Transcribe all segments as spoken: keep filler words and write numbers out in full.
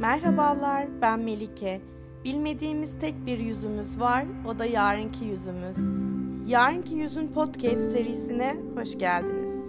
Merhabalar, ben Melike. Bilmediğimiz tek bir yüzümüz var, o da yarınki yüzümüz. Yarınki Yüzün Podcast serisine hoş geldiniz.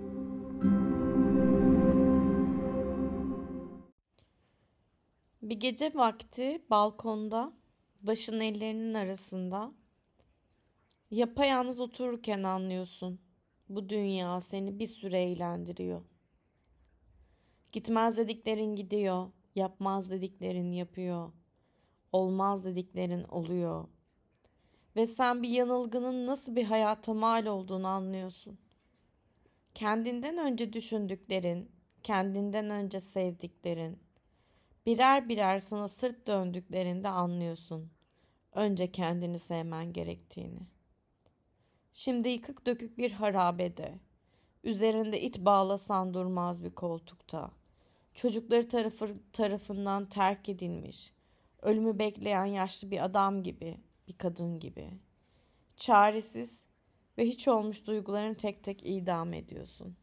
Bir gece vakti balkonda, başın ellerinin arasında, yapayalnız otururken anlıyorsun. Bu dünya seni bir süre eğlendiriyor. Gitmez dediklerin gidiyor, yapmaz dediklerin yapıyor. Olmaz dediklerin oluyor. Ve sen bir yanılgının nasıl bir hayata mal olduğunu anlıyorsun. Kendinden önce düşündüklerin, kendinden önce sevdiklerin, birer birer sana sırt döndüklerinde anlıyorsun. Önce kendini sevmen gerektiğini. Şimdi yıkık dökük bir harabede, üzerinde it bağlasan durmaz bir koltukta, çocukları tarafı, tarafından terk edilmiş, ölümü bekleyen yaşlı bir adam gibi, bir kadın gibi. Çaresiz ve hiç olmuş duygularını tek tek idam ediyorsun.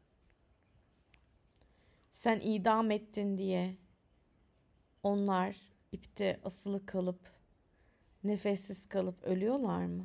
Sen idam ettin diye onlar ipte asılı kalıp, nefessiz kalıp ölüyorlar mı?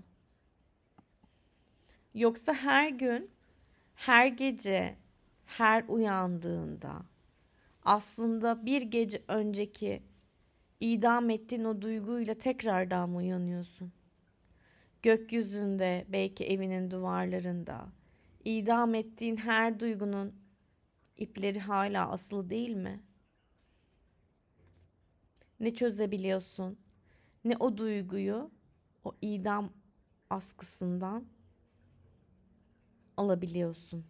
Yoksa her gün, her gece, her uyandığında aslında bir gece önceki idam ettiğin o duyguyla tekrardan mı uyanıyorsun? Gökyüzünde, belki evinin duvarlarında idam ettiğin her duygunun ipleri hala asılı değil mi? Ne çözebiliyorsun, ne o duyguyu o idam askısından alabiliyorsun.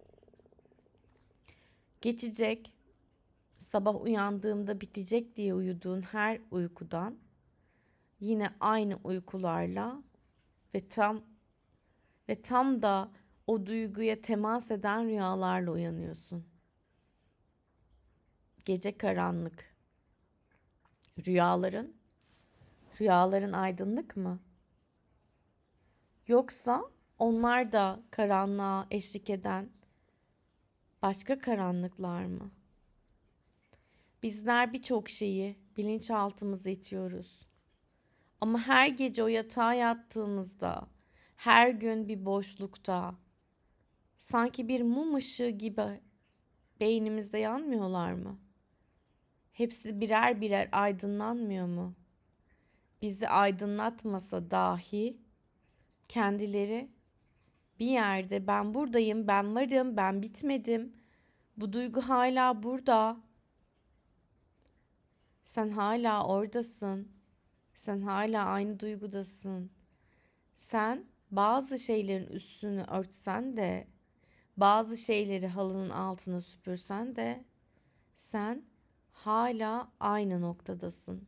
Geçecek, sabah uyandığımda bitecek diye uyuduğun her uykudan yine aynı uykularla ve tam ve tam da o duyguya temas eden rüyalarla uyanıyorsun. Gece karanlık. Rüyaların, rüyaların aydınlık mı? Yoksa onlar da karanlığa eşlik eden başka karanlıklar mı? Bizler birçok şeyi bilinçaltımıza itiyoruz. Ama her gece o yatağa yattığımızda, her gün bir boşlukta, sanki bir mum ışığı gibi beynimizde yanmıyorlar mı? Hepsi birer birer aydınlanmıyor mu? Bizi aydınlatmasa dahi kendileri bir yerde ben buradayım, ben varım, ben bitmedim. Bu duygu hala burada. Sen hala oradasın. Sen hala aynı duygudasın. Sen bazı şeylerin üstünü örtsen de, bazı şeyleri halının altına süpürsen de sen hala aynı noktadasın.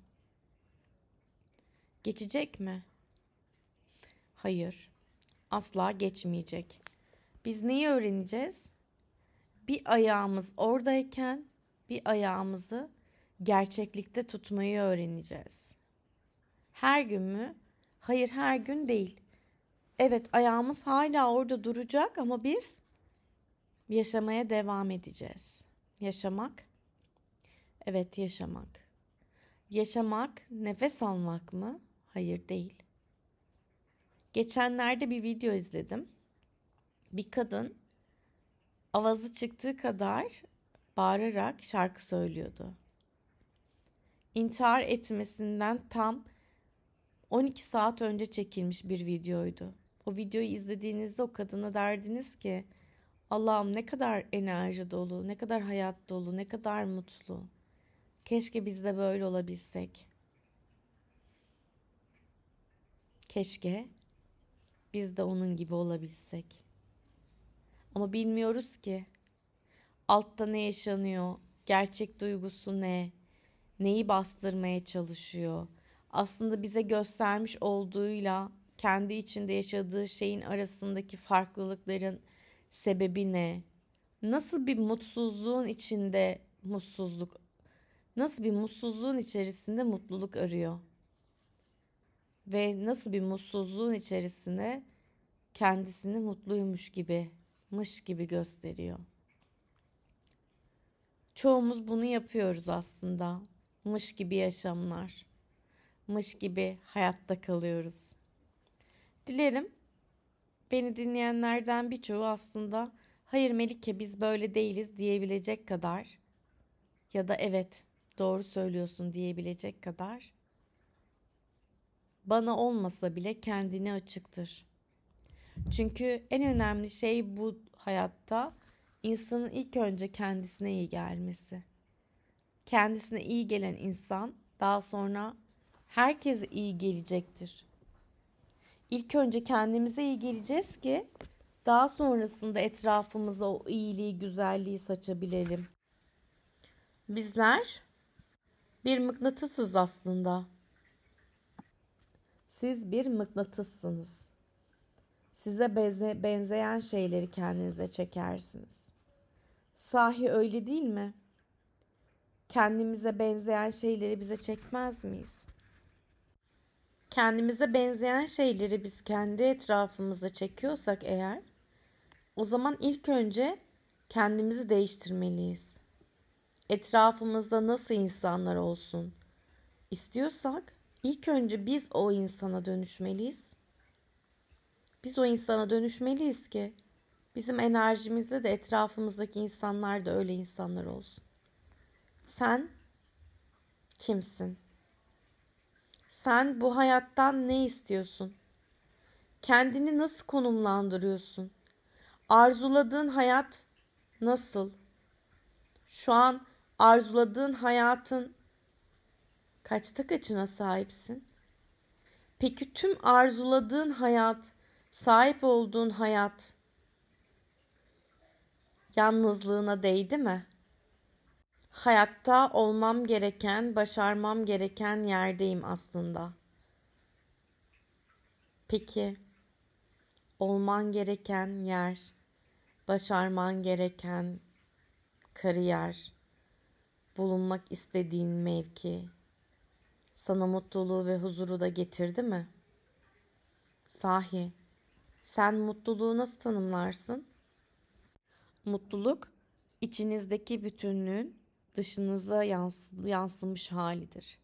Geçecek mi? Hayır, asla geçmeyecek. Biz neyi öğreneceğiz? Bir ayağımız oradayken bir ayağımızı gerçeklikte tutmayı öğreneceğiz. Her gün mü? Hayır, her gün değil. Evet, ayağımız hala orada duracak ama biz yaşamaya devam edeceğiz. Yaşamak? Evet, yaşamak. Yaşamak nefes almak mı? Hayır, değil. Geçenlerde bir video izledim. Bir kadın avazı çıktığı kadar bağırarak şarkı söylüyordu. İntihar etmesinden tam on iki saat önce çekilmiş bir videoydu. O videoyu izlediğinizde o kadına derdiniz ki Allah'ım ne kadar enerji dolu, ne kadar hayat dolu, ne kadar mutlu. Keşke biz de böyle olabilsek. Keşke biz de onun gibi olabilsek. Ama bilmiyoruz ki altta ne yaşanıyor, gerçek duygusu ne, neyi bastırmaya çalışıyor. Aslında bize göstermiş olduğuyla kendi içinde yaşadığı şeyin arasındaki farklılıkların sebebi ne? Nasıl bir mutsuzluğun içinde mutsuzluk, nasıl bir mutsuzluğun içerisinde mutluluk arıyor? Ve nasıl bir mutsuzluğun içerisinde kendisini mutluymuş gibi, mış gibi gösteriyor. Çoğumuz bunu yapıyoruz aslında. mış gibi yaşamlar, mış gibi hayatta kalıyoruz. Dilerim beni dinleyenlerden birçoğu aslında hayır Melike biz böyle değiliz diyebilecek kadar ya da evet doğru söylüyorsun diyebilecek kadar bana olmasa bile kendine açıktır. Çünkü en önemli şey bu hayatta insanın ilk önce kendisine iyi gelmesi. Kendisine iyi gelen insan daha sonra herkese iyi gelecektir. İlk önce kendimize iyi geleceğiz ki daha sonrasında etrafımıza o iyiliği, güzelliği saçabilelim. Bizler bir mıknatısız aslında. Siz bir mıknatıssınız. Size benze- benzeyen şeyleri kendinize çekersiniz. Sahi öyle değil mi? Kendimize benzeyen şeyleri bize çekmez miyiz? Kendimize benzeyen şeyleri biz kendi etrafımıza çekiyorsak eğer, o zaman ilk önce kendimizi değiştirmeliyiz. Etrafımızda nasıl insanlar olsun istiyorsak, ilk önce biz o insana dönüşmeliyiz. Biz o insana dönüşmeliyiz ki bizim enerjimizde de etrafımızdaki insanlar da öyle insanlar olsun. Sen kimsin? Sen bu hayattan ne istiyorsun? Kendini nasıl konumlandırıyorsun? Arzuladığın hayat nasıl? Şu an arzuladığın hayatın kaçta kaçına sahipsin? Peki tüm arzuladığın hayat, sahip olduğun hayat yalnızlığına değdi mi? Hayatta olmam gereken, başarmam gereken yerdeyim aslında. Peki olman gereken yer, başarman gereken kariyer, bulunmak istediğin mevki sana mutluluğu ve huzuru da getirdi mi? Sahi, sen mutluluğu nasıl tanımlarsın? Mutluluk, içinizdeki bütünlüğün dışınıza yansı- yansımış halidir.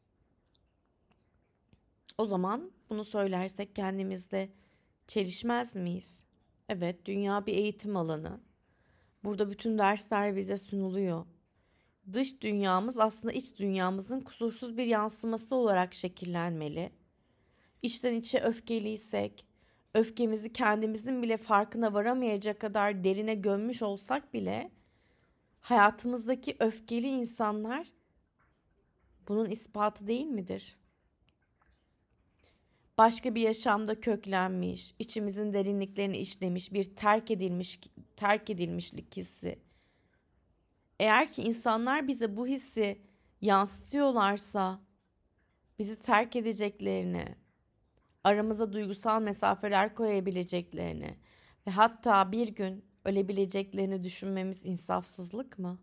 O zaman bunu söylersek kendimizle çelişmez miyiz? Evet, dünya bir eğitim alanı. Burada bütün dersler bize sunuluyor. Dış dünyamız aslında iç dünyamızın kusursuz bir yansıması olarak şekillenmeli. İçten içe öfkeliysek, öfkemizi kendimizin bile farkına varamayacak kadar derine gömmüş olsak bile hayatımızdaki öfkeli insanlar bunun ispatı değil midir? Başka bir yaşamda köklenmiş, içimizin derinliklerini işlemiş bir terk edilmiş terk edilmişlik hissi. Eğer ki insanlar bize bu hissi yansıtıyorlarsa bizi terk edeceklerini, aramıza duygusal mesafeler koyabileceklerini ve hatta bir gün ölebileceklerini düşünmemiz insafsızlık mı?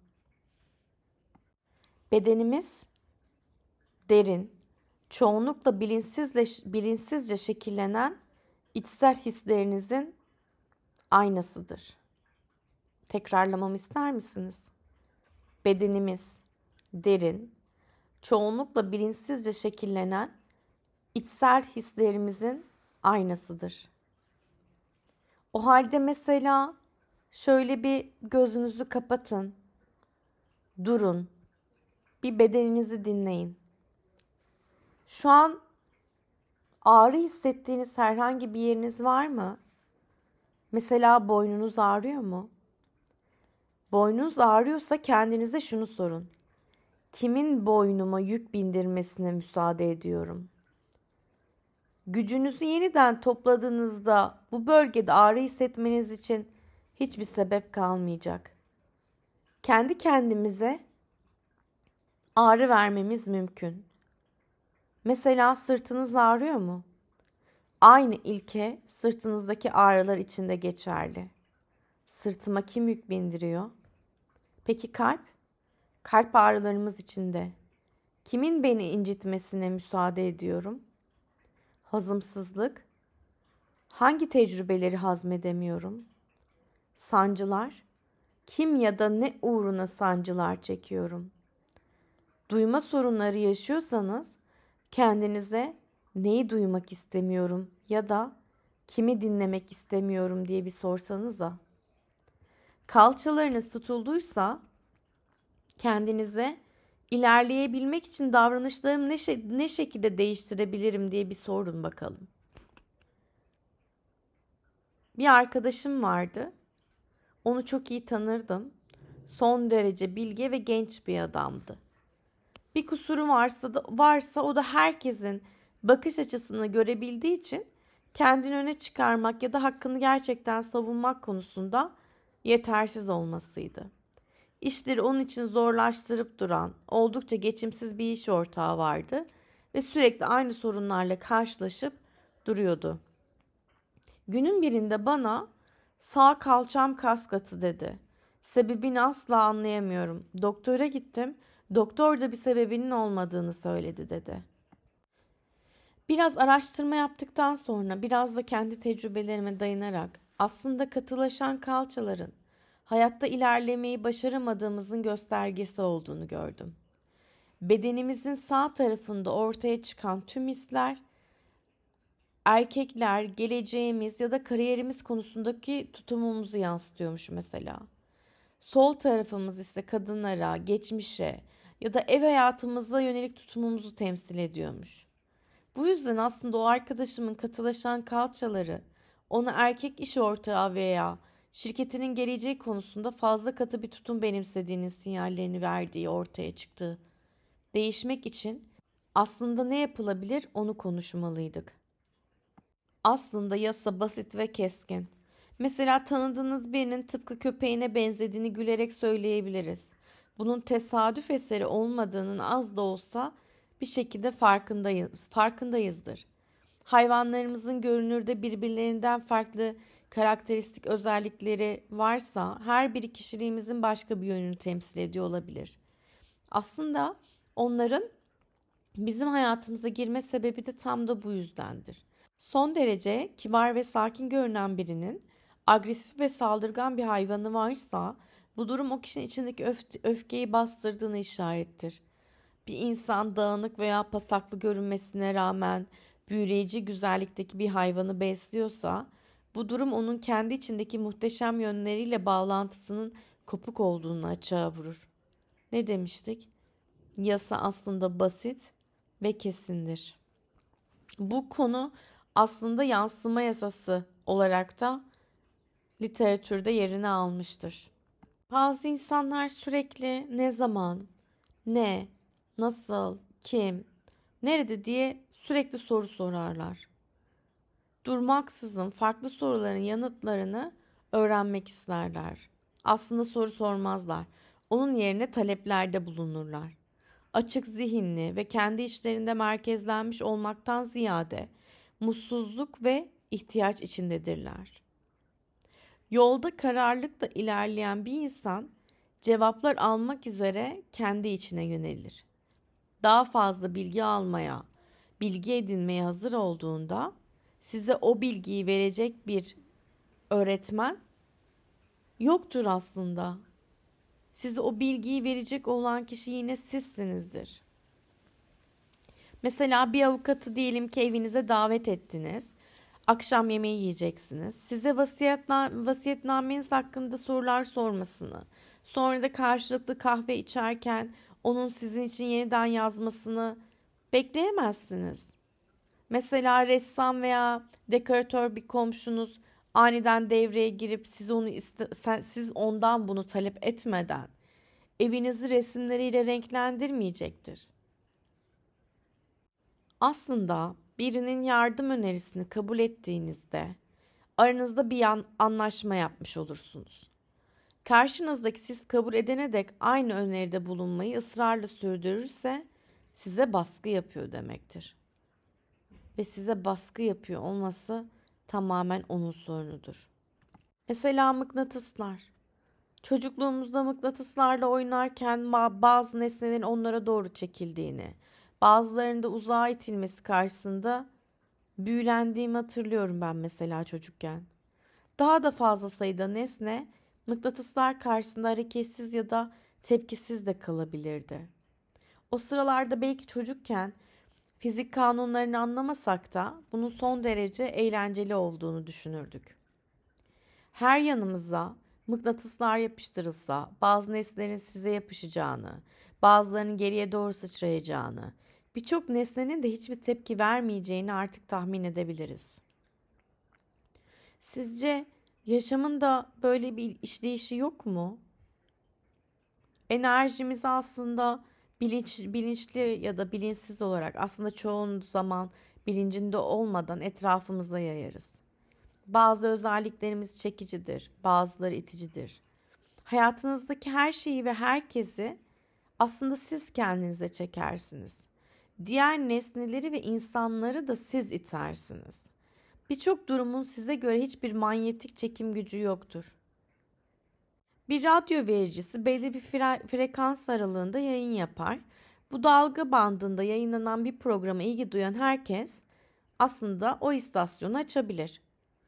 Bedenimiz derin, çoğunlukla bilinçsizle, bilinçsizce şekillenen içsel hislerinizin aynasıdır. Tekrarlamamı ister misiniz? Bedenimiz derin, çoğunlukla bilinçsizce şekillenen içsel hislerimizin aynasıdır. O halde mesela şöyle bir gözünüzü kapatın, durun, bir bedeninizi dinleyin. Şu an ağrı hissettiğiniz herhangi bir yeriniz var mı? Mesela boynunuz ağrıyor mu? Boynunuz ağrıyorsa kendinize şunu sorun. Kimin boynuma yük bindirmesine müsaade ediyorum? Gücünüzü yeniden topladığınızda bu bölgede ağrı hissetmeniz için hiçbir sebep kalmayacak. Kendi kendimize ağrı vermemiz mümkün. Mesela sırtınız ağrıyor mu? Aynı ilke sırtınızdaki ağrılar için de geçerli. Sırtıma kim yük bindiriyor? Peki kalp? Kalp ağrılarımız için de kimin beni incitmesine müsaade ediyorum? Hazımsızlık? Hangi tecrübeleri hazmedemiyorum? Sancılar? Kim ya da ne uğruna sancılar çekiyorum? Duyma sorunları yaşıyorsanız kendinize neyi duymak istemiyorum ya da kimi dinlemek istemiyorum diye bir sorsanıza. Kalçalarınız tutulduysa kendinize ilerleyebilmek için davranışlarımı ne, şe- ne şekilde değiştirebilirim diye bir sorun bakalım. Bir arkadaşım vardı. Onu çok iyi tanırdım. Son derece bilge ve genç bir adamdı. Bir kusuru varsa da, varsa o da herkesin bakış açısını görebildiği için kendini öne çıkarmak ya da hakkını gerçekten savunmak konusunda yetersiz olmasıydı. İşleri onun için zorlaştırıp duran, oldukça geçimsiz bir iş ortağı vardı ve sürekli aynı sorunlarla karşılaşıp duruyordu. Günün birinde bana sağ kalçam kas katı dedi. Sebebini asla anlayamıyorum. Doktora gittim. Doktor da bir sebebinin olmadığını söyledi dedi. Biraz araştırma yaptıktan sonra biraz da kendi tecrübelerime dayanarak aslında katılaşan kalçaların hayatta ilerlemeyi başaramadığımızın göstergesi olduğunu gördüm. Bedenimizin sağ tarafında ortaya çıkan tüm hisler erkekler, geleceğimiz ya da kariyerimiz konusundaki tutumumuzu yansıtıyormuş mesela. Sol tarafımız ise kadınlara, geçmişe ya da ev hayatımıza yönelik tutumumuzu temsil ediyormuş. Bu yüzden aslında o arkadaşımın katılaşan kalçaları ona erkek iş ortağı veya şirketinin geleceği konusunda fazla katı bir tutum benimsediğinin sinyallerini verdiği ortaya çıktı. Değişmek için aslında ne yapılabilir onu konuşmalıydık. Aslında yasa basit ve keskin. Mesela tanıdığınız birinin tıpkı köpeğine benzediğini gülerek söyleyebiliriz. Bunun tesadüf eseri olmadığının az da olsa bir şekilde farkındayız, farkındayızdır. Hayvanlarımızın görünürde birbirlerinden farklı karakteristik özellikleri varsa her biri kişiliğimizin başka bir yönünü temsil ediyor olabilir. Aslında onların bizim hayatımıza girme sebebi de tam da bu yüzdendir. Son derece kibar ve sakin görünen birinin agresif ve saldırgan bir hayvanı varsa bu durum o kişinin içindeki öf- öfkeyi bastırdığını işarettir. Bir insan dağınık veya pasaklı görünmesine rağmen büyüleyici güzellikteki bir hayvanı besliyorsa bu durum onun kendi içindeki muhteşem yönleriyle bağlantısının kopuk olduğunu açığa vurur. Ne demiştik? Yasa aslında basit ve kesindir. Bu konu aslında yansıma yasası olarak da literatürde yerini almıştır. Bazı insanlar sürekli ne zaman, ne, nasıl, kim, nerede diye sürekli soru sorarlar. Durmaksızın farklı soruların yanıtlarını öğrenmek isterler. Aslında soru sormazlar. Onun yerine taleplerde bulunurlar. Açık zihinli ve kendi işlerinde merkezlenmiş olmaktan ziyade mutsuzluk ve ihtiyaç içindedirler. Yolda kararlılıkla ilerleyen bir insan cevaplar almak üzere kendi içine yönelir. Daha fazla bilgi almaya, bilgi edinmeye hazır olduğunda size o bilgiyi verecek bir öğretmen yoktur aslında. Size o bilgiyi verecek olan kişi yine sizsinizdir. Mesela bir avukatı diyelim ki evinize davet ettiniz. Akşam yemeği yiyeceksiniz. Size vasiyetna vasiyetnameniz hakkında sorular sormasını, sonra da karşılıklı kahve içerken onun sizin için yeniden yazmasını bekleyemezsiniz. Mesela ressam veya dekoratör bir komşunuz aniden devreye girip siz onu iste- siz ondan bunu talep etmeden evinizi resimleriyle renklendirmeyecektir. Aslında birinin yardım önerisini kabul ettiğinizde aranızda bir anlaşma yapmış olursunuz. Karşınızdaki siz kabul edene dek aynı öneride bulunmayı ısrarla sürdürürse size baskı yapıyor demektir. Ve size baskı yapıyor olması tamamen onun sorunudur. Mesela mıknatıslar. Çocukluğumuzda mıknatıslarla oynarken bazı nesnelerin onlara doğru çekildiğini, bazılarında uzağa itilmesi karşısında büyülendiğimi hatırlıyorum ben mesela çocukken. Daha da fazla sayıda nesne mıknatıslar karşısında hareketsiz ya da tepkisiz de kalabilirdi. O sıralarda belki çocukken fizik kanunlarını anlamasak da bunun son derece eğlenceli olduğunu düşünürdük. Her yanımıza mıknatıslar yapıştırılsa bazı nesnelerin size yapışacağını, bazılarının geriye doğru sıçrayacağını, birçok nesnenin de hiçbir tepki vermeyeceğini artık tahmin edebiliriz. Sizce yaşamın da böyle bir işleyişi yok mu? Enerjimizi aslında bilinç, bilinçli ya da bilinçsiz olarak aslında çoğu zaman bilincinde olmadan etrafımızda yayarız. Bazı özelliklerimiz çekicidir, bazıları iticidir. Hayatınızdaki her şeyi ve herkesi aslında siz kendinize çekersiniz. Diğer nesneleri ve insanları da siz itersiniz. Birçok durumun size göre hiçbir manyetik çekim gücü yoktur. Bir radyo vericisi belli bir fre- frekans aralığında yayın yapar. Bu dalga bandında yayınlanan bir programa ilgi duyan herkes aslında o istasyonu açabilir.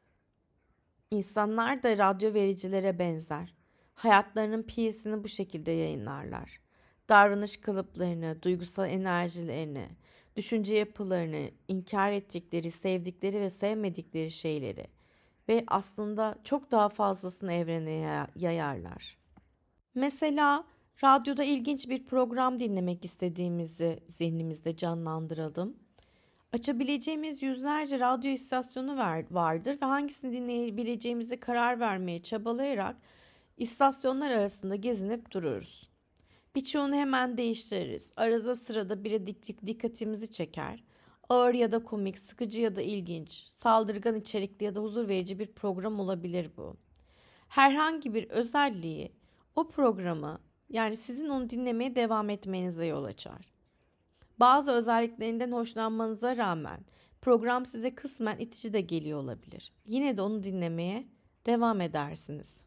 İnsanlar da radyo vericilere benzer. Hayatlarının piyesini bu şekilde yayınlarlar. Davranış kalıplarını, duygusal enerjilerini, düşünce yapılarını, inkar ettikleri, sevdikleri ve sevmedikleri şeyleri ve aslında çok daha fazlasını evrene yayarlar. Mesela radyoda ilginç bir program dinlemek istediğimizi zihnimizde canlandıralım. Açabileceğimiz yüzlerce radyo istasyonu vardır ve hangisini dinleyebileceğimize karar vermeye çabalayarak istasyonlar arasında gezinip dururuz. Birçoğunu hemen değiştiririz. Arada sırada biri dik- dikkatimizi çeker. Ağır ya da komik, sıkıcı ya da ilginç, saldırgan içerikli ya da huzur verici bir program olabilir bu. Herhangi bir özelliği o programı, yani sizin onu dinlemeye devam etmenize yol açar. Bazı özelliklerinden hoşlanmanıza rağmen program size kısmen itici de geliyor olabilir. Yine de onu dinlemeye devam edersiniz.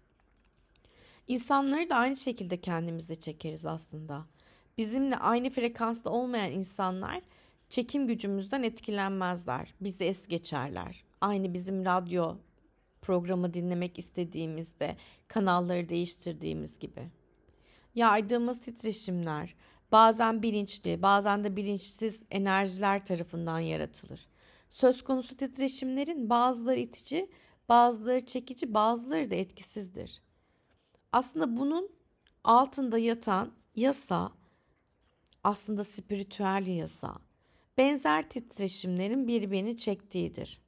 İnsanları da aynı şekilde kendimize çekeriz aslında. Bizimle aynı frekansta olmayan insanlar çekim gücümüzden etkilenmezler. Bizi es geçerler. Aynı bizim radyo programı dinlemek istediğimizde kanalları değiştirdiğimiz gibi. Yaydığımız titreşimler bazen bilinçli, bazen de bilinçsiz enerjiler tarafından yaratılır. Söz konusu titreşimlerin bazıları itici, bazıları çekici, bazıları da etkisizdir. Aslında bunun altında yatan yasa aslında spiritüel yasa. Benzer titreşimlerin birbirini çektiğidir.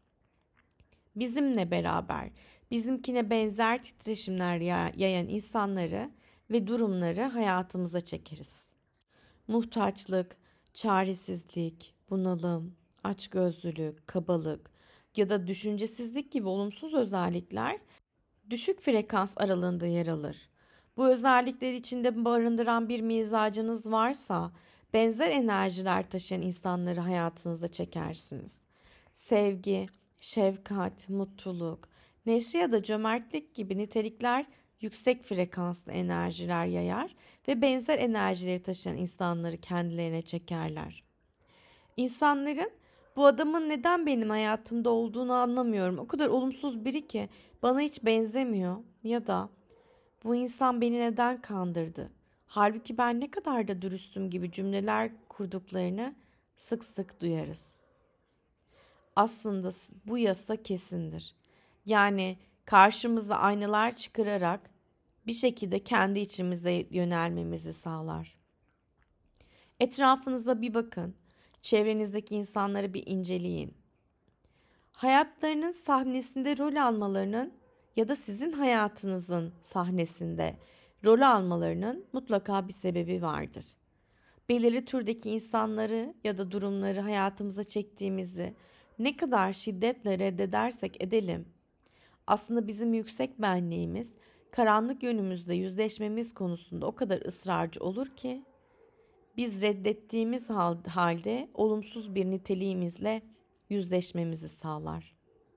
Bizimle beraber, bizimkine benzer titreşimler yayan insanları ve durumları hayatımıza çekeriz. Muhtaçlık, çaresizlik, bunalım, açgözlülük, kabalık ya da düşüncesizlik gibi olumsuz özellikler düşük frekans aralığında yer alır. Bu özellikleri içinde barındıran bir mizacınız varsa benzer enerjiler taşıyan insanları hayatınıza çekersiniz. Sevgi, şefkat, mutluluk, neşe ya da cömertlik gibi nitelikler yüksek frekanslı enerjiler yayar ve benzer enerjileri taşıyan insanları kendilerine çekerler. İnsanların bu adamın neden benim hayatımda olduğunu anlamıyorum. O kadar olumsuz biri ki bana hiç benzemiyor ya da bu insan beni neden kandırdı? Halbuki ben ne kadar da dürüstüm gibi cümleler kurduklarını sık sık duyarız. Aslında bu yasa kesindir. Yani karşımıza aynalar çıkararak bir şekilde kendi içimize yönelmemizi sağlar. Etrafınıza bir bakın. Çevrenizdeki insanları bir inceleyin. Hayatlarının sahnesinde rol almalarının ya da sizin hayatınızın sahnesinde rol almalarının mutlaka bir sebebi vardır. Belirli türdeki insanları ya da durumları hayatımıza çektiğimizi ne kadar şiddetle reddedersek edelim, aslında bizim yüksek benliğimiz karanlık yönümüzle yüzleşmemiz konusunda o kadar ısrarcı olur ki biz reddettiğimiz halde olumsuz bir niteliğimizle yüzleşmemizi sağlar.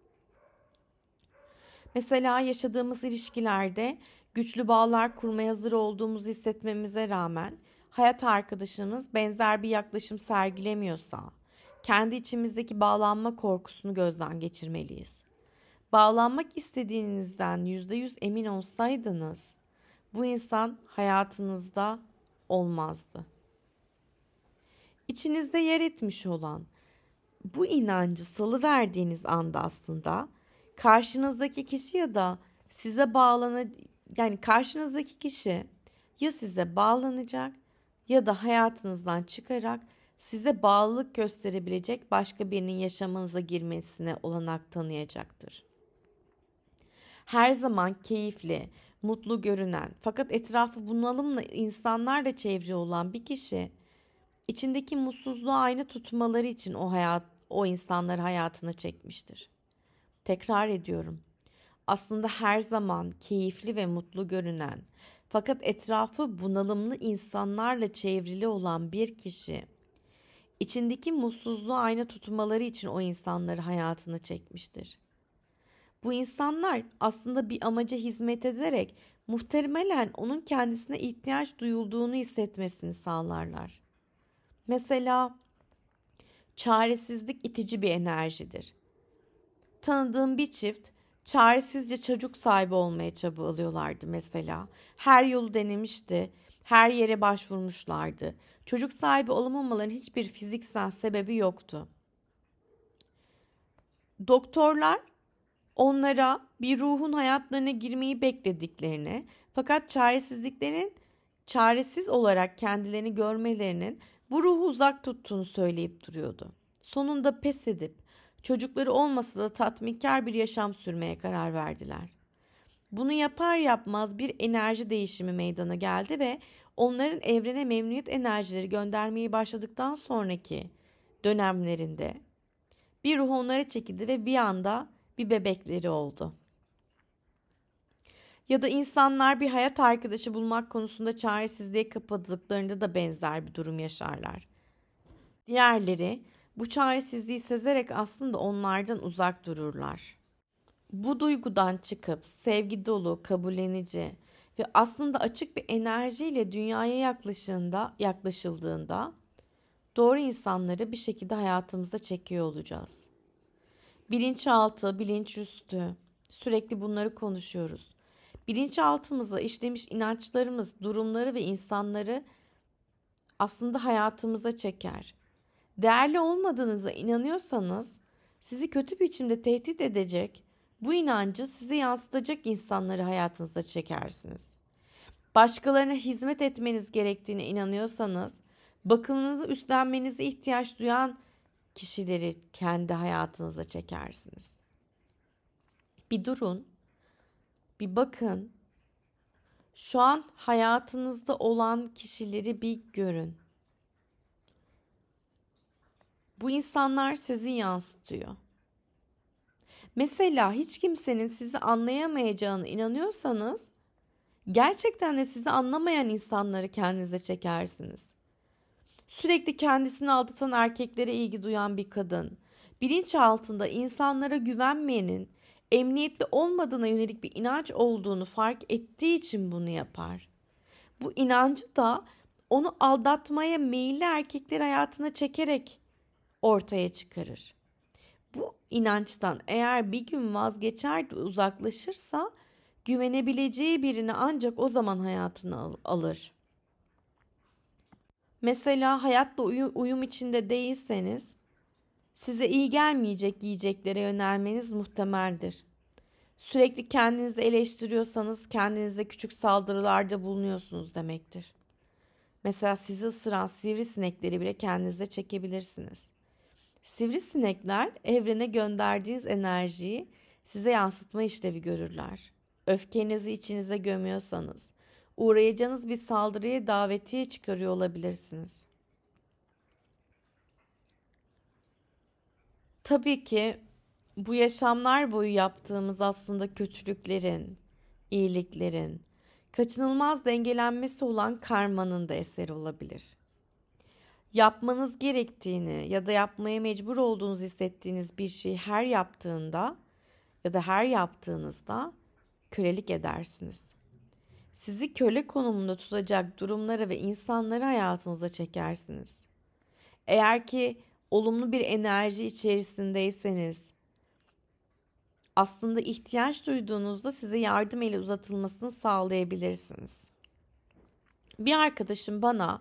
Mesela yaşadığımız ilişkilerde güçlü bağlar kurmaya hazır olduğumuzu hissetmemize rağmen hayat arkadaşımız benzer bir yaklaşım sergilemiyorsa, kendi içimizdeki bağlanma korkusunu gözden geçirmeliyiz. Bağlanmak istediğinizden yüzde yüz emin olsaydınız, bu insan hayatınızda olmazdı. İçinizde yer etmiş olan bu inancı salıverdiğiniz anda aslında karşınızdaki kişi ya da size bağlanacak, yani karşınızdaki kişi ya size bağlanacak ya da hayatınızdan çıkarak size bağlılık gösterebilecek başka birinin yaşamınıza girmesine olanak tanıyacaktır. Her zaman keyifli, mutlu görünen fakat etrafı bunalımla insanlarla çevrili olan bir kişi içindeki mutsuzluğu aynı tutmaları için o hayat o insanları hayatına çekmiştir. Tekrar ediyorum. Aslında her zaman keyifli ve mutlu görünen fakat etrafı bunalımlı insanlarla çevrili olan bir kişi içindeki mutsuzluğu ayna tutmaları için o insanları hayatına çekmiştir. Bu insanlar aslında bir amaca hizmet ederek muhtemelen onun kendisine ihtiyaç duyulduğunu hissetmesini sağlarlar. Mesela çaresizlik itici bir enerjidir. Tanıdığım bir çift çaresizce çocuk sahibi olmaya çabalıyorlardı mesela. Her yolu denemişti, her yere başvurmuşlardı. Çocuk sahibi olamamaların hiçbir fiziksel sebebi yoktu. Doktorlar onlara bir ruhun hayatlarına girmeyi beklediklerini, fakat çaresizliklerin çaresiz olarak kendilerini görmelerinin bu ruhu uzak tuttuğunu söyleyip duruyordu. Sonunda pes edip çocukları olmasa da tatminkar bir yaşam sürmeye karar verdiler. Bunu yapar yapmaz bir enerji değişimi meydana geldi ve onların evrene memnuniyet enerjileri göndermeyi başladıktan sonraki dönemlerinde bir ruh onlara çekildi ve bir anda bir bebekleri oldu. Ya da insanlar bir hayat arkadaşı bulmak konusunda çaresizliğe kapıldıklarında da benzer bir durum yaşarlar. Diğerleri bu çaresizliği sezerek aslında onlardan uzak dururlar. Bu duygudan çıkıp sevgi dolu, kabullenici ve aslında açık bir enerjiyle dünyaya yaklaşıldığında, yaklaşıldığında doğru insanları bir şekilde hayatımıza çekiyor olacağız. Bilinçaltı, bilinçüstü, sürekli bunları konuşuyoruz. Bilinçaltımıza işlemiş inançlarımız, durumları ve insanları aslında hayatımıza çeker. Değerli olmadığınıza inanıyorsanız sizi kötü biçimde tehdit edecek, bu inancı size yansıtacak insanları hayatınıza çekersiniz. Başkalarına hizmet etmeniz gerektiğine inanıyorsanız bakımınızı üstlenmenize ihtiyaç duyan kişileri kendi hayatınıza çekersiniz. Bir durun, bir bakın. Şu an hayatınızda olan kişileri bir görün. Bu insanlar sizi yansıtıyor. Mesela hiç kimsenin sizi anlayamayacağına inanıyorsanız gerçekten de sizi anlamayan insanları kendinize çekersiniz. Sürekli kendisini aldatan erkeklere ilgi duyan bir kadın, bilinç altında insanlara güvenmeyenin emniyetli olmadığına yönelik bir inanç olduğunu fark ettiği için bunu yapar. Bu inancı da onu aldatmaya meyilli erkekleri hayatına çekerek ortaya çıkarır. Bu inançtan eğer bir gün vazgeçer de uzaklaşırsa güvenebileceği birini ancak o zaman hayatına alır. Mesela hayatla uyum içinde değilseniz size iyi gelmeyecek yiyeceklere yönelmeniz muhtemeldir. Sürekli kendinizi eleştiriyorsanız kendinize küçük saldırılarda bulunuyorsunuz demektir. Mesela sizi ısıran sivrisinekleri bile kendinize çekebilirsiniz. Sivrisinekler evrene gönderdiğiniz enerjiyi size yansıtma işlevi görürler. Öfkenizi içinize gömüyorsanız uğrayacağınız bir saldırıya davetiye çıkarıyor olabilirsiniz. Tabii ki bu yaşamlar boyu yaptığımız aslında kötülüklerin, iyiliklerin, kaçınılmaz dengelenmesi olan karmanın da eseri olabilir. Yapmanız gerektiğini ya da yapmaya mecbur olduğunuzu hissettiğiniz bir şeyi her yaptığında ya da her yaptığınızda kölelik edersiniz. Sizi köle konumunda tutacak durumları ve insanları hayatınıza çekersiniz. Eğer ki olumlu bir enerji içerisindeyseniz, aslında ihtiyaç duyduğunuzda size yardım eli uzatılmasını sağlayabilirsiniz. Bir arkadaşım bana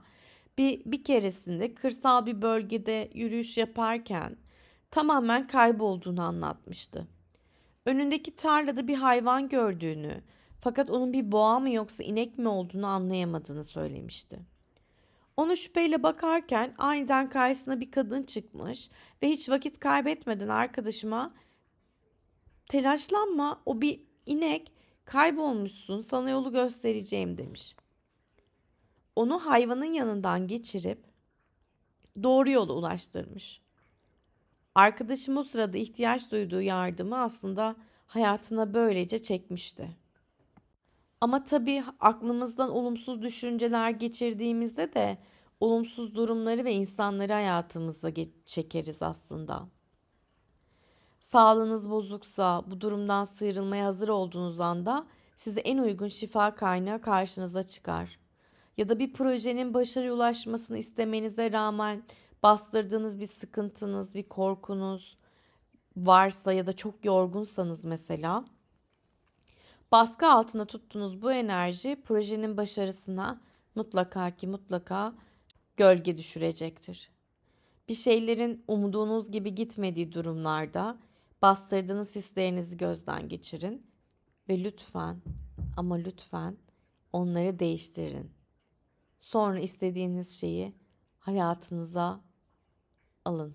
Bir, bir keresinde kırsal bir bölgede yürüyüş yaparken tamamen kaybolduğunu anlatmıştı. Önündeki tarlada bir hayvan gördüğünü, fakat onun bir boğa mı yoksa inek mi olduğunu anlayamadığını söylemişti. Onu şüpheyle bakarken aniden karşısına bir kadın çıkmış ve hiç vakit kaybetmeden arkadaşıma "Telaşlanma, o bir inek, kaybolmuşsun, sana yolu göstereceğim" demiş. Onu hayvanın yanından geçirip doğru yola ulaştırmış. Arkadaşım o sırada ihtiyaç duyduğu yardımı aslında hayatına böylece çekmişti. Ama tabii aklımızdan olumsuz düşünceler geçirdiğimizde de olumsuz durumları ve insanları hayatımıza çekeriz aslında. Sağlığınız bozuksa, bu durumdan sıyrılmaya hazır olduğunuz anda size en uygun şifa kaynağı karşınıza çıkar. Ya da bir projenin başarıya ulaşmasını istemenize rağmen bastırdığınız bir sıkıntınız, bir korkunuz varsa ya da çok yorgunsanız mesela, baskı altında tuttuğunuz bu enerji projenin başarısına mutlaka ki mutlaka gölge düşürecektir. Bir şeylerin umduğunuz gibi gitmediği durumlarda bastırdığınız hislerinizi gözden geçirin ve lütfen ama lütfen onları değiştirin. Sonra istediğiniz şeyi hayatınıza alın.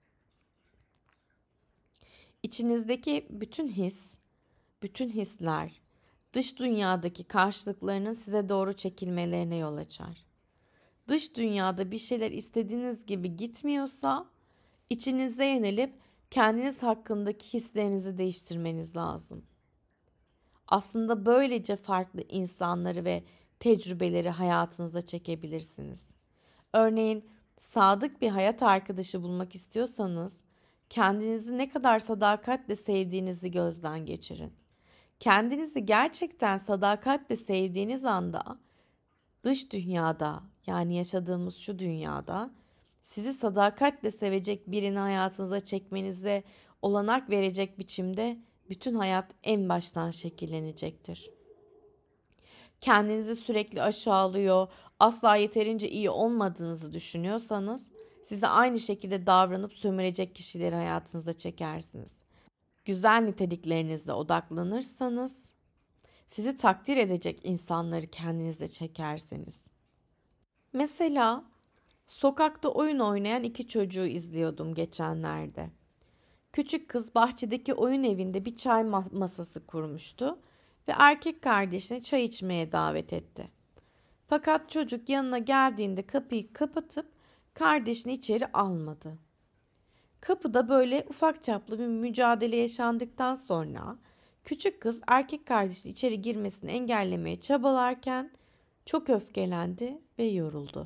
İçinizdeki bütün his, bütün hisler dış dünyadaki karşılıklarının size doğru çekilmelerine yol açar. Dış dünyada bir şeyler istediğiniz gibi gitmiyorsa içinize yönelip kendiniz hakkındaki hislerinizi değiştirmeniz lazım. Aslında böylece farklı insanları ve tecrübeleri hayatınıza çekebilirsiniz. Örneğin sadık bir hayat arkadaşı bulmak istiyorsanız kendinizi ne kadar sadakatle sevdiğinizi gözden geçirin. Kendinizi gerçekten sadakatle sevdiğiniz anda dış dünyada, yani yaşadığımız şu dünyada sizi sadakatle sevecek birini hayatınıza çekmenize olanak verecek biçimde bütün hayat en baştan şekillenecektir. Kendinizi sürekli aşağılıyor, asla yeterince iyi olmadığınızı düşünüyorsanız size aynı şekilde davranıp sömürecek kişileri hayatınıza çekersiniz. Güzel niteliklerinizle odaklanırsanız sizi takdir edecek insanları kendinize çekersiniz. Mesela sokakta oyun oynayan iki çocuğu izliyordum geçenlerde. Küçük kız bahçedeki oyun evinde bir çay masası kurmuştu ve erkek kardeşini çay içmeye davet etti. Fakat çocuk yanına geldiğinde kapıyı kapatıp kardeşini içeri almadı. Kapıda böyle ufak çaplı bir mücadele yaşandıktan sonra küçük kız erkek kardeşinin içeri girmesini engellemeye çabalarken çok öfkelendi ve yoruldu.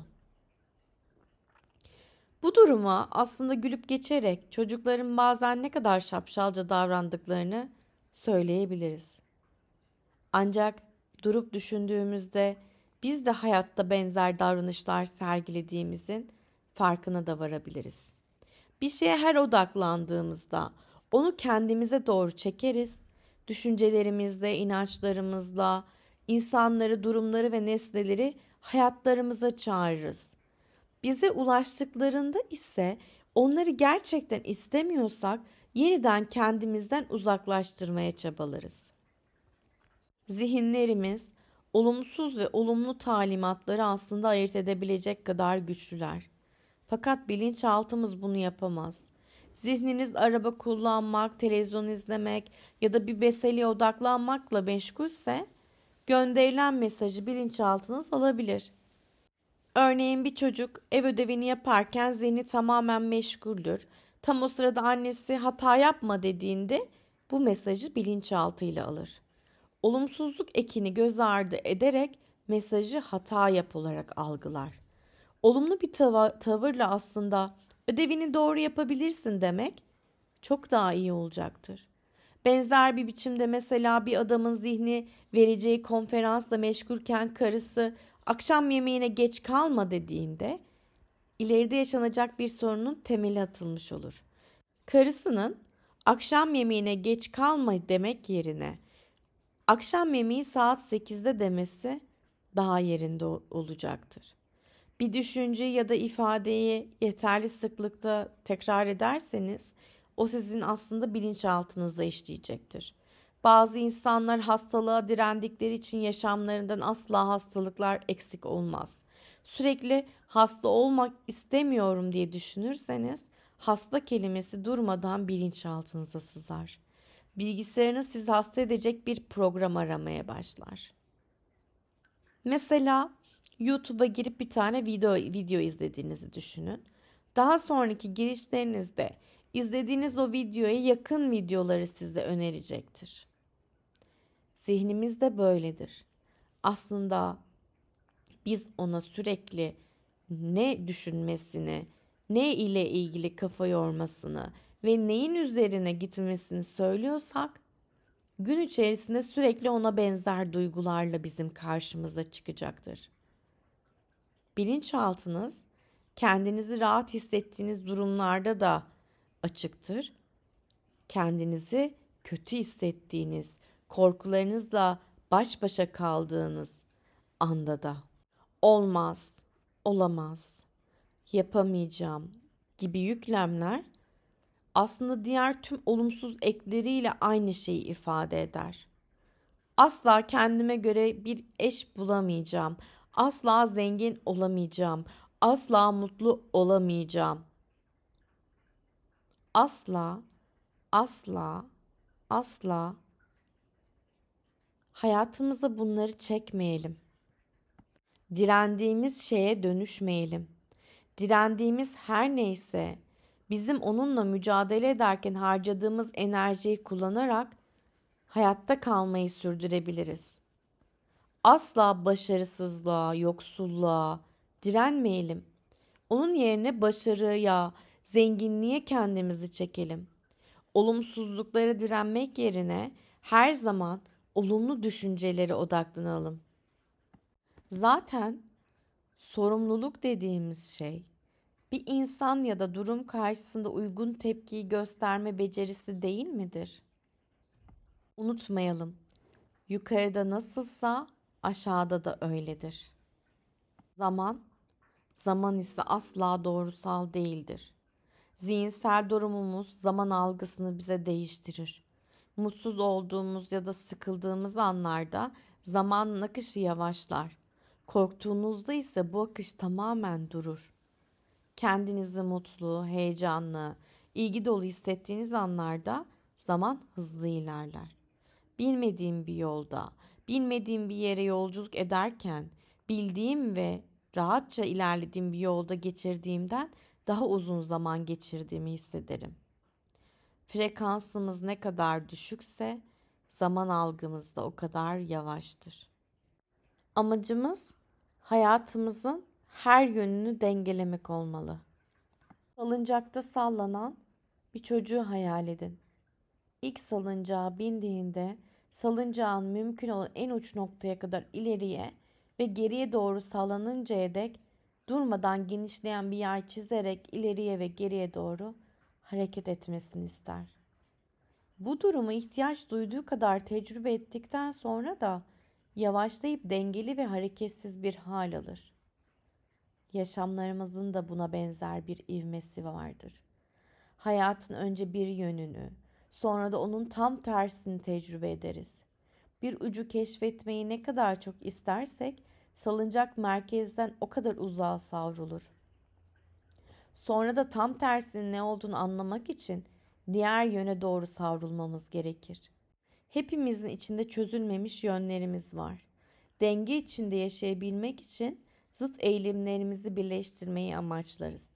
Bu duruma aslında gülüp geçerek çocukların bazen ne kadar şapşalca davrandıklarını söyleyebiliriz. Ancak durup düşündüğümüzde biz de hayatta benzer davranışlar sergilediğimizin farkına da varabiliriz. Bir şeye her odaklandığımızda onu kendimize doğru çekeriz. Düşüncelerimizle, inançlarımızla, insanları, durumları ve nesneleri hayatlarımıza çağırırız. Bize ulaştıklarında ise onları gerçekten istemiyorsak yeniden kendimizden uzaklaştırmaya çabalarız. Zihinlerimiz olumsuz ve olumlu talimatları aslında ayırt edebilecek kadar güçlüler. Fakat bilinçaltımız bunu yapamaz. Zihniniz araba kullanmak, televizyon izlemek ya da bir meseleye odaklanmakla meşgulse gönderilen mesajı bilinçaltınız alabilir. Örneğin bir çocuk ev ödevini yaparken zihni tamamen meşguldür. Tam o sırada annesi hata yapma dediğinde bu mesajı bilinçaltıyla alır. Olumsuzluk ekini göz ardı ederek mesajı hata yap olarak algılar. Olumlu bir tava- tavırla aslında ödevini doğru yapabilirsin demek çok daha iyi olacaktır. Benzer bir biçimde mesela bir adamın zihni vereceği konferansla meşgulken karısı akşam yemeğine geç kalma dediğinde ileride yaşanacak bir sorunun temeli atılmış olur. Karısının akşam yemeğine geç kalma demek yerine akşam yemeği saat sekizde demesi daha yerinde olacaktır. Bir düşünce ya da ifadeyi yeterli sıklıkta tekrar ederseniz o sizin aslında bilinçaltınızda işleyecektir. Bazı insanlar hastalığa direndikleri için yaşamlarından asla hastalıklar eksik olmaz. Sürekli hasta olmak istemiyorum diye düşünürseniz hasta kelimesi durmadan bilinçaltınıza sızar. Bilgisayarınız sizi hasta edecek bir program aramaya başlar. Mesela YouTube'a girip bir tane video video izlediğinizi düşünün. Daha sonraki girişlerinizde izlediğiniz o videoya yakın videoları size önerecektir. Zihnimiz de böyledir. Aslında biz ona sürekli ne düşünmesini, ne ile ilgili kafa yormasını ve neyin üzerine gitmesini söylüyorsak, gün içerisinde sürekli ona benzer duygularla bizim karşımıza çıkacaktır. Bilinçaltınız kendinizi rahat hissettiğiniz durumlarda da açıktır. Kendinizi kötü hissettiğiniz, korkularınızla baş başa kaldığınız anda da olmaz, olamaz, yapamayacağım gibi yüklemler aslında diğer tüm olumsuz ekleriyle aynı şeyi ifade eder. Asla kendime göre bir eş bulamayacağım. Asla zengin olamayacağım. Asla mutlu olamayacağım. Asla, asla, asla hayatımıza bunları çekmeyelim. Direndiğimiz şeye dönüşmeyelim. Direndiğimiz her neyse bizim onunla mücadele ederken harcadığımız enerjiyi kullanarak hayatta kalmayı sürdürebiliriz. Asla başarısızlığa, yoksulluğa direnmeyelim. Onun yerine başarıya, zenginliğe kendimizi çekelim. Olumsuzluklara direnmek yerine her zaman olumlu düşüncelere odaklanalım. Zaten sorumluluk dediğimiz şey bir insan ya da durum karşısında uygun tepkiyi gösterme becerisi değil midir? Unutmayalım. Yukarıda nasılsa aşağıda da öyledir. Zaman, zaman ise asla doğrusal değildir. Zihinsel durumumuz zaman algısını bize değiştirir. Mutsuz olduğumuz ya da sıkıldığımız anlarda zamanın akışı yavaşlar. Korktuğunuzda ise bu akış tamamen durur. Kendinizi mutlu, heyecanlı, ilgi dolu hissettiğiniz anlarda zaman hızlı ilerler. Bilmediğim bir yolda, bilmediğim bir yere yolculuk ederken bildiğim ve rahatça ilerlediğim bir yolda geçirdiğimden daha uzun zaman geçirdiğimi hissederim. Frekansımız ne kadar düşükse zaman algımız da o kadar yavaştır. Amacımız hayatımızın her yönünü dengelemek olmalı. Salıncakta sallanan bir çocuğu hayal edin. İlk salıncağa bindiğinde salıncağın mümkün olan en uç noktaya kadar ileriye ve geriye doğru sallanıncaya dek durmadan genişleyen bir yay çizerek ileriye ve geriye doğru hareket etmesini ister. Bu durumu ihtiyaç duyduğu kadar tecrübe ettikten sonra da yavaşlayıp dengeli ve hareketsiz bir hal alır. Yaşamlarımızın da buna benzer bir ivmesi vardır. Hayatın önce bir yönünü, sonra da onun tam tersini tecrübe ederiz. Bir ucu keşfetmeyi ne kadar çok istersek, salıncak merkezden o kadar uzağa savrulur. Sonra da tam tersinin ne olduğunu anlamak için diğer yöne doğru savrulmamız gerekir. Hepimizin içinde çözülmemiş yönlerimiz var. Denge içinde yaşayabilmek için zıt eğilimlerimizi birleştirmeyi amaçlarız.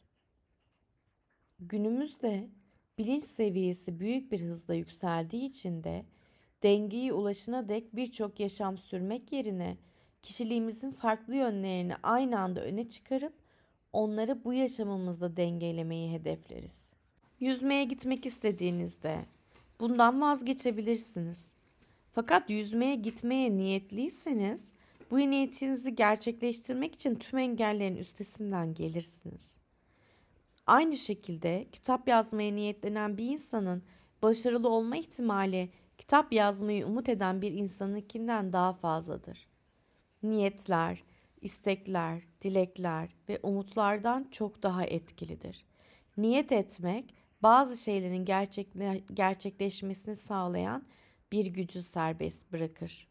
Günümüzde bilinç seviyesi büyük bir hızla yükseldiği için de dengeye ulaşana dek birçok yaşam sürmek yerine kişiliğimizin farklı yönlerini aynı anda öne çıkarıp onları bu yaşamımızda dengelemeyi hedefleriz. Yüzmeye gitmek istediğinizde bundan vazgeçebilirsiniz. Fakat yüzmeye gitmeye niyetliyseniz bu niyetinizi gerçekleştirmek için tüm engellerin üstesinden gelirsiniz. Aynı şekilde kitap yazmaya niyetlenen bir insanın başarılı olma ihtimali kitap yazmayı umut eden bir insanınkinden daha fazladır. Niyetler, istekler, dilekler ve umutlardan çok daha etkilidir. Niyet etmek, bazı şeylerin gerçekle- gerçekleşmesini sağlayan bir gücü serbest bırakır.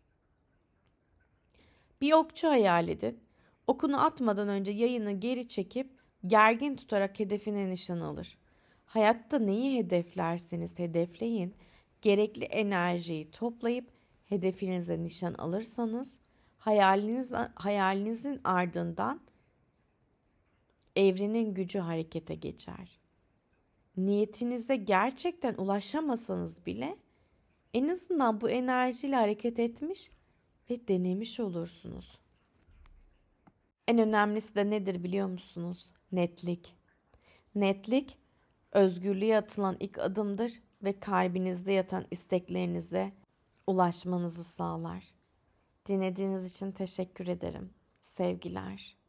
Bir okçu hayal edin. Okunu atmadan önce yayını geri çekip gergin tutarak hedefine nişan alır. Hayatta neyi hedeflerseniz hedefleyin, gerekli enerjiyi toplayıp hedefinize nişan alırsanız hayaliniz, hayalinizin ardından evrenin gücü harekete geçer. Niyetinize gerçekten ulaşamasanız bile en azından bu enerjiyle hareket etmiş ve denemiş olursunuz. En önemlisi de nedir biliyor musunuz? Netlik. Netlik, özgürlüğe atılan ilk adımdır ve kalbinizde yatan isteklerinize ulaşmanızı sağlar. Dinlediğiniz için teşekkür ederim. Sevgiler.